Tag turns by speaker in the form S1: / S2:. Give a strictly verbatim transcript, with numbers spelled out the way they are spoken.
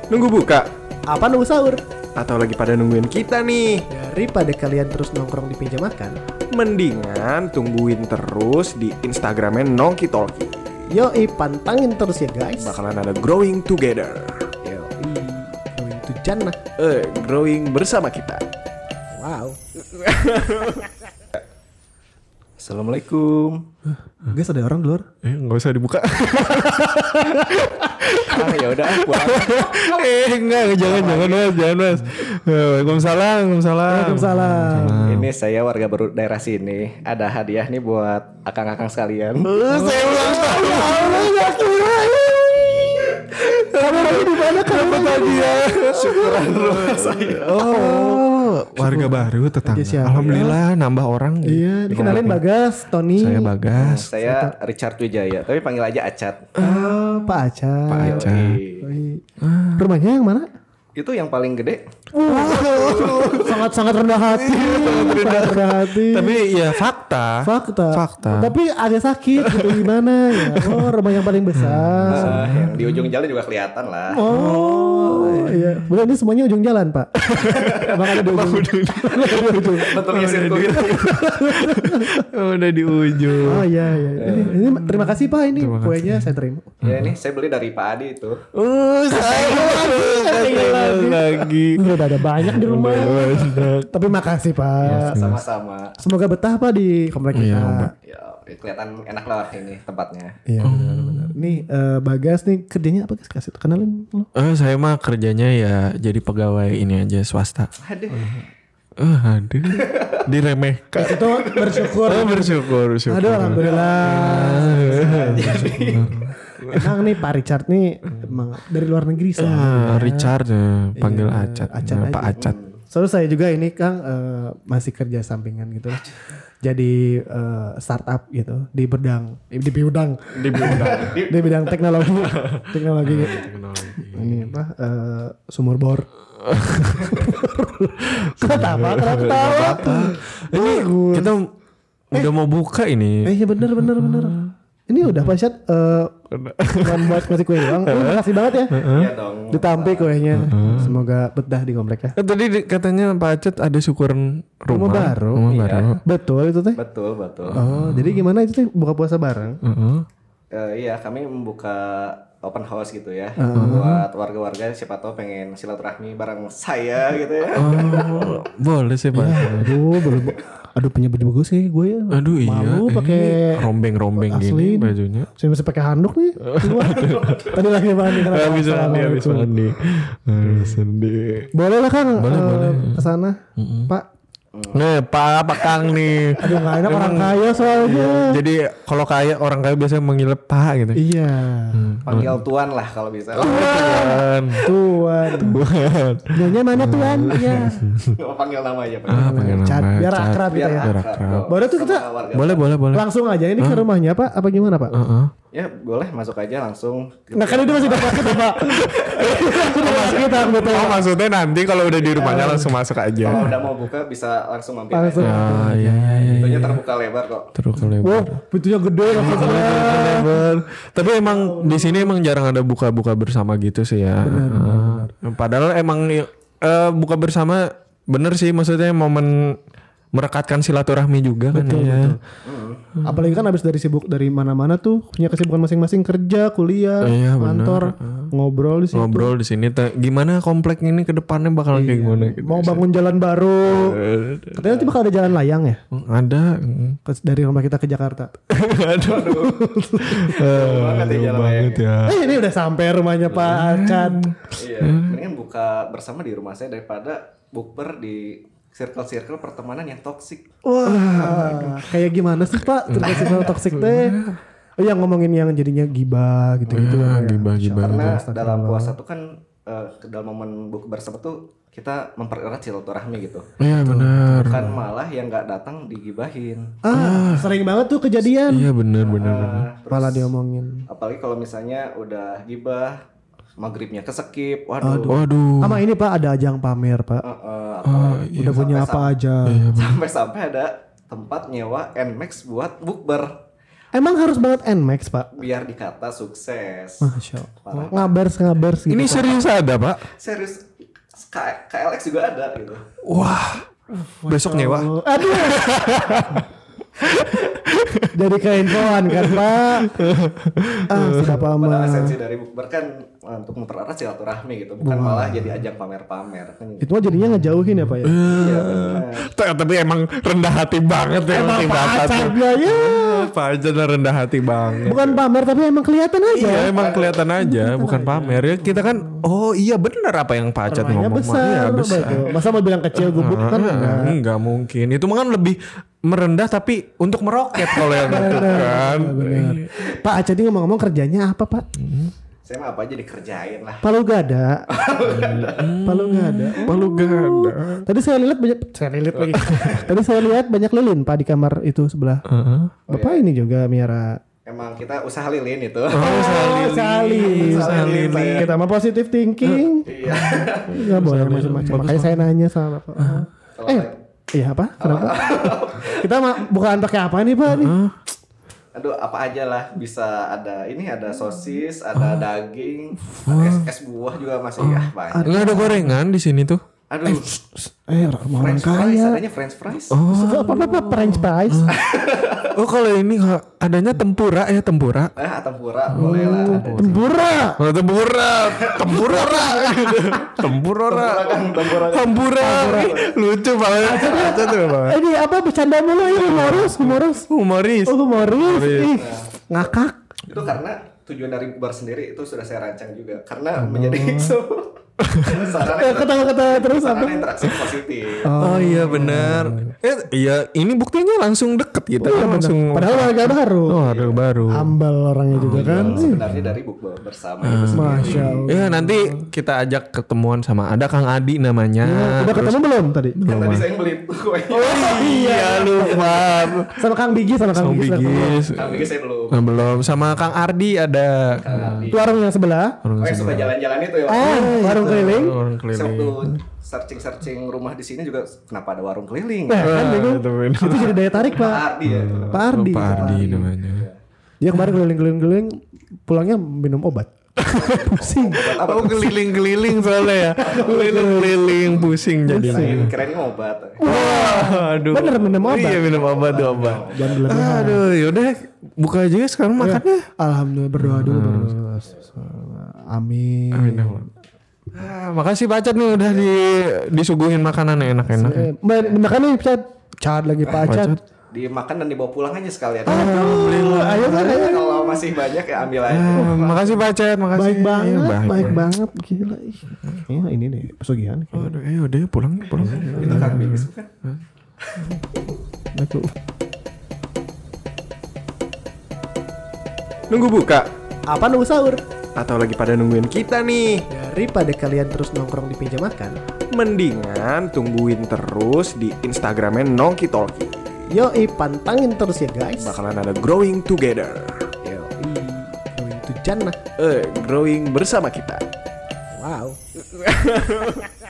S1: Nunggu buka?
S2: Apa nunggu sahur?
S1: Atau lagi pada nungguin kita nih?
S2: Daripada kalian terus nongkrong di meja makan,
S1: mendingan tungguin terus di Instagramnya Nongki Talki.
S2: yoi, pantangin terus ya guys.
S1: Bakalan ada growing together.
S2: Yoi, growing to jannah.
S1: Eh, growing bersama kita.
S2: Wow.
S3: Assalamualaikum.
S2: Guys, ada orang di luar.
S1: Eh, nggak usah dibuka.
S3: Ah ya udah pulang.
S1: eh, enggak, jangan, jangan mas, jangan mas. Waalaikumsalam, waalaikumsalam.
S2: Waalaikumsalam.
S3: Ini saya warga baru daerah sini. Ada hadiah nih buat akang-akang sekalian.
S1: Saya ulang tahun.
S2: Kamu lagi di mana? Kamu tadi ya?
S3: Syukuran rumah saya.
S1: Oh, warga baru tetangga.
S2: Siapa?
S1: Alhamdulillah nambah orang.
S2: Iya, dikenalin Bagas, Tony.
S1: Saya Bagas.
S3: Saya Richard Wijaya, tapi panggil aja Acat.
S2: Oh, Pak Aca.
S1: Pak Aca.
S3: Yoi.
S2: Rumahnya yang mana?
S3: Itu yang paling gede.
S2: Sangat-sangat rendah hati. Sangat rendah hati.
S1: Tapi ya fakta.
S2: Fakta.
S1: Fakta.
S2: Tapi agak sakit gitu gimana ya? Oh, rumah yang paling besar.
S3: Ah, yang di ujung jalan juga kelihatan lah.
S2: Oh, iya. Bukan ini semuanya ujung jalan, Pak. Emang ada di ujung.
S3: Bentuknya sirkuit.
S1: Udah di ujung.
S2: Oh iya iya. Ini, ini terima kasih Pak, ini
S1: Terima
S2: kuenya saya terima.
S3: Ya ini saya beli dari Pak Adi itu.
S1: Oh, saya lagi.
S2: Udah ada banyak di rumah. Tapi makasih Pak.
S3: Sama-sama.
S2: Semoga betah Pak di komplek kita.
S3: Ya, kelihatan enak lah ini tempatnya.
S2: Iya benar-benar. Nih eh, Bagas nih kerjanya apa guys? Kasih kenalin lo.
S1: Eh, saya mah kerjanya ya jadi pegawai ini aja swasta.
S3: Aduh.
S1: Eh, aduh. Diremehkan.
S2: Itu bersyukur.
S1: Oh, bersyukur, bersyukur.
S2: Aduh alhamdulillah. Emang nih Pak Richard nih emang dari luar negeri sih.
S1: Ah, Richard eh, panggil
S2: Iya,
S1: Acat.
S2: Acat
S1: Nah,
S2: aja.
S1: Pak Acat.
S2: Soalnya saya juga ini Kang eh, masih kerja sampingan gitu. Jadi eh, startup gitu di bidang di bidang
S1: Di bidang
S2: di bidang teknologi teknologi. Ini apa eh, sumur bor. Kenapa? Kenapa ketawa?
S1: Ini kita udah mau buka ini.
S2: Eh iya bener bener bener. Ini udah Pak Syed eh bukan buat ngasih kue doang. Oh, makasih banget ya.
S3: Iya dong.
S2: Ditampe kuenya. Semoga betah di komplek ya.
S1: Eh, tadi di- katanya Pak Acat ada syukuran rumah,
S2: Rumah baru.
S1: Rumah
S3: Iya.
S1: baru.
S2: Betul itu teh.
S3: Betul, betul.
S2: Oh, jadi gimana itu teh buka puasa bareng?
S1: Heeh.
S3: Eh, iya, kami membuka open house gitu ya. Buat warga-warga siapa tahu pengen silaturahmi bareng saya gitu ya.
S1: Oh, boleh sih Pak.
S2: Aduh, belum. Aduh punya baju bagus sih gue ya.
S1: Aduh iya.
S2: Malu
S1: eh,
S2: pakai
S1: rombeng-rombeng
S2: asli.
S1: gini bajunya.
S2: Saya masih pakai handuk nih. Keluar. Tadi lagi mandi kan.
S1: Habis mandi, habis mandi. Habis mandi.
S2: Boleh lah Kang.
S1: Boleh,
S2: eh,
S1: boleh.
S2: Kesana. Pak.
S1: Nih, Pak, Pak Kang nih.
S2: Aduh nggak enak orang kaya soalnya.
S1: Jadi kalau kaya orang kaya biasanya manggil Pak gitu.
S2: Iya.
S3: Panggil tuan lah kalau bisa.
S1: Tuan.
S2: Tuan.
S1: Tuan.
S2: Nyonya mana tuan? Iya.
S3: Oh, panggil nama aja. Pak.
S1: Ah, panggil
S2: Cat,
S1: nama.
S2: biar
S1: Cat.
S2: akrab gitu
S3: Biar
S2: ya.
S1: Biar
S3: akrab.
S1: akrab.
S2: Boleh tuh kita
S3: Sama warga.
S1: Boleh, boleh, boleh.
S2: langsung aja ini ke rumahnya Pak apa gimana Pak?
S1: Heeh.
S3: Ya boleh masuk aja langsung.
S2: Nah kan itu masih dekat Pak. Kita betul.
S1: Oh, maksudnya nanti kalau udah di rumahnya langsung masuk aja.
S3: Kalau udah mau buka bisa langsung mampir.
S2: Langsung.
S3: aja.
S1: Ah, iya iya iya.
S3: Pintunya terbuka lebar kok.
S1: Terus ke
S2: Wow,
S1: lebar.
S2: pintunya gede maksudnya.
S1: Lebar. Tapi emang di sini emang jarang ada buka-buka bersama gitu sih ya. Heeh. Padahal emang eh, buka bersama bener sih, maksudnya momen merekatkan silaturahmi juga kan ya.
S2: Apalagi kan habis dari sibuk dari mana-mana tuh punya kesibukan masing-masing kerja, kuliah,
S1: Iya,
S2: kantor, ngobrol di situ.
S1: Ngobrol di sini te- gimana komplek ini ke depannya bakal kayak gimana gitu.
S2: Mau bangun jalan baru. Katanya nanti bakal ada jalan layang ya
S1: Hmm, ada. hmm.
S2: ke- dari rumah kita ke Jakarta.
S1: Aduh.
S3: Banget ya jalan
S1: banget ya.
S2: Eh ini udah sampai rumahnya Pak Acat.
S3: Iya, mendingan buka bersama di rumah saya daripada bukber di circle-circle pertemanan yang toksik.
S2: Wah, kayak gimana sih Pak? Circle toxic teh. Oh yang ngomongin yang jadinya gibah gitu-gitu.
S1: Ah,
S2: ya.
S1: gibah-gibah.
S3: Karena dalam puasa tuh kan eh, dalam momen buka bersama tuh kita mempererat silaturahmi gitu.
S1: Iya benar.
S3: Bukan malah yang nggak datang digibahin.
S2: Ah, sering banget tuh kejadian.
S1: Iya benar benar benar.
S3: Nah, terus
S2: Malah diomongin.
S3: apalagi kalau misalnya udah gibah, maghribnya keskip, waduh.
S1: Waduh.
S2: Sama ini Pak ada ajang pamer Pak.
S3: Eh, eh,
S1: Oh,
S3: apalagi
S2: Udah punya apa
S3: sampai-
S2: aja.
S3: Sampai-sampai ada tempat nyewa Nmax buat bukber.
S2: Emang harus banget Nmax Pak?
S3: Biar dikata sukses.
S2: Masya Allah. Ngabers ngabers gitu.
S1: Ini serius ada Pak?
S3: Serius K- KLX juga ada gitu.
S1: Wah, besok nyewa.
S2: Oh, aduh. Jadi keinfoan kan Pak. Ah, sudah paham.
S3: Padahal esensi dari bukber kan untuk mempererat silaturahmi gitu, bukan malah jadi ajang pamer-pamer kan.
S2: Itu mah jadinya ngejauhin ya Pak ya.
S3: Iya benar.
S1: T- Tapi emang rendah hati banget ya.
S2: Emang
S1: Tim Batak tuh.
S2: pacarnya ya.
S1: Pak Ajat rendah hati banget.
S2: Bukan pamer tapi emang kelihatan aja.
S1: Iya emang kelihatan aja, bukan pamer ya. Kita kan, oh iya benar apa yang Pak Ajat
S2: Rumahnya
S1: ngomong.
S2: besar,
S1: Iya besar.
S2: betul. Masa mau bilang kecil gubuk kan enggak.
S1: Ah, enggak mungkin. Itu mah kan lebih merendah tapi untuk meroket kalau yang itu kan.
S2: Benar. Pak Aceh ini ngomong-ngomong kerjanya apa Pak?
S3: Saya mah apa aja dikerjain lah.
S2: Palu gada. Palu gada.
S1: Palu gada.
S2: Tadi saya lihat banyak saya lihat lagi. Tadi saya lihat banyak lilin Pak di kamar itu sebelah. Bapak ini juga miara.
S3: Emang kita usaha lilin itu.
S2: Oh, salin.
S3: Usaha lilin saya.
S2: Kita mah positive thinking.
S3: Iya.
S2: Enggak boleh macam-macam. Makanya saya nanya sama Bapak.
S3: Kalau
S2: Eh, iya apa? Kenapa? Kita mah bukan pakai apa nih Pak nih?
S3: aduh apa aja lah, bisa ada ini, ada sosis, ada daging, es, es buah juga masih ya banyak.
S1: Enggak ada gorengan di sini tuh.
S3: Aduh,
S2: Eh, orang
S3: French fries,
S2: kaya.
S3: adanya French fries.
S2: Oh, apa apa apa French fries?
S1: Oh kalau ini adanya tempura ya tempura.
S3: Eh, tempura boleh lah.
S2: Tempura.
S1: Oh, tempura, tempura, tempura,
S3: Kan tempura.
S1: tempura, lucu banget. Aja tuh Pak.
S2: Eh, ini apa bercanda mulu ini humoris, humoris.
S1: Humoris.
S2: Oh, humoris.
S1: Humoris.
S2: Ih, ngakak.
S3: Itu karena tujuan dari bar sendiri itu sudah saya rancang juga karena menjadi sarana,
S2: Eh, ketawa-ketawa terus apa?
S3: sarana interaksi positif.
S1: Oh iya benar. Eh iya ini buktinya langsung deket kita
S2: Iya,
S1: kan
S2: benar.
S1: langsung.
S2: Padahal warga baru.
S1: Oh ada baru.
S2: Ambal orangnya juga kan.
S3: Sebenarnya dari bukber bersama itu sendiri.
S2: Masya Allah.
S1: Ya nanti kita ajak ketemuan sama ada Kang Adi namanya.
S2: Udah ketemu belum tadi?
S3: Kan tadi saya yang beli kuenya.
S1: Iya lupa.
S2: Sama Kang Bigi sama Kang
S1: Sama
S2: Bigi.
S1: Bigis.
S3: Tapi saya belum.
S1: Nah, belum sama Kang Ardi ada.
S2: Itu warung yang sebelah.
S3: Oh, yang suka jalan-jalan itu ya.
S2: Ah, warung keliling.
S1: Orang
S3: Saya
S1: keliling.
S3: waktu searching-searching rumah di sini juga kenapa ada warung keliling?
S2: Nah, kan bingung.
S1: itu benar.
S2: Itu jadi daya tarik, Pak.
S3: Ardi ya.
S2: Pak Ardi.
S1: Pak Ardi namanya.
S2: Dia kemarin keliling-keliling pulangnya minum obat. Pusing.
S1: Oh keliling-keliling soalnya ya. Keliling-keliling pusing jadi.
S3: Kirain kirain ini obat.
S1: Wah, aduh.
S2: Bener minum obat.
S1: Iya minum obat tuh obat.
S2: Jangan berlebihan.
S1: Aduh, yaudah buka aja ya sekarang makannya.
S2: Alhamdulillah berdoa dulu. berdoa. Amin.
S1: Amin. Ah, makasih Pak Cat nih udah di disuguhin makanan yang enak-enak.
S2: Eh, ma- makan nih, Cat. Cat lagi Pak Cat.
S3: Dimakan dan dibawa pulang aja sekalian.
S2: Aduh, ayo kan, ayo.
S3: Kalau masih banyak ya ambil aja.
S1: Ah, makasih Pak Cat, makasih.
S2: Baik banget,
S1: Iya,
S2: baik,
S1: baik.
S2: banget. Gila. ih. Ya, ini deh pesugihan.
S1: Aduh, ayo udah yuk, pulang yuk, pulang.
S3: Itu kan bibis bukan?
S2: Aku.
S4: Nunggu buka?
S2: Apa nunggu sahur?
S4: Atau lagi pada nungguin kita nih?
S2: Daripada kalian terus nongkrong di meja makan,
S4: Mendingan tungguin terus di Instagramnya Nongki Talki.
S2: yoi pantangin terus ya guys.
S4: Bakalan ada growing together.
S2: Yoi, going to jannah.
S4: Eh, growing bersama kita.
S2: Wow.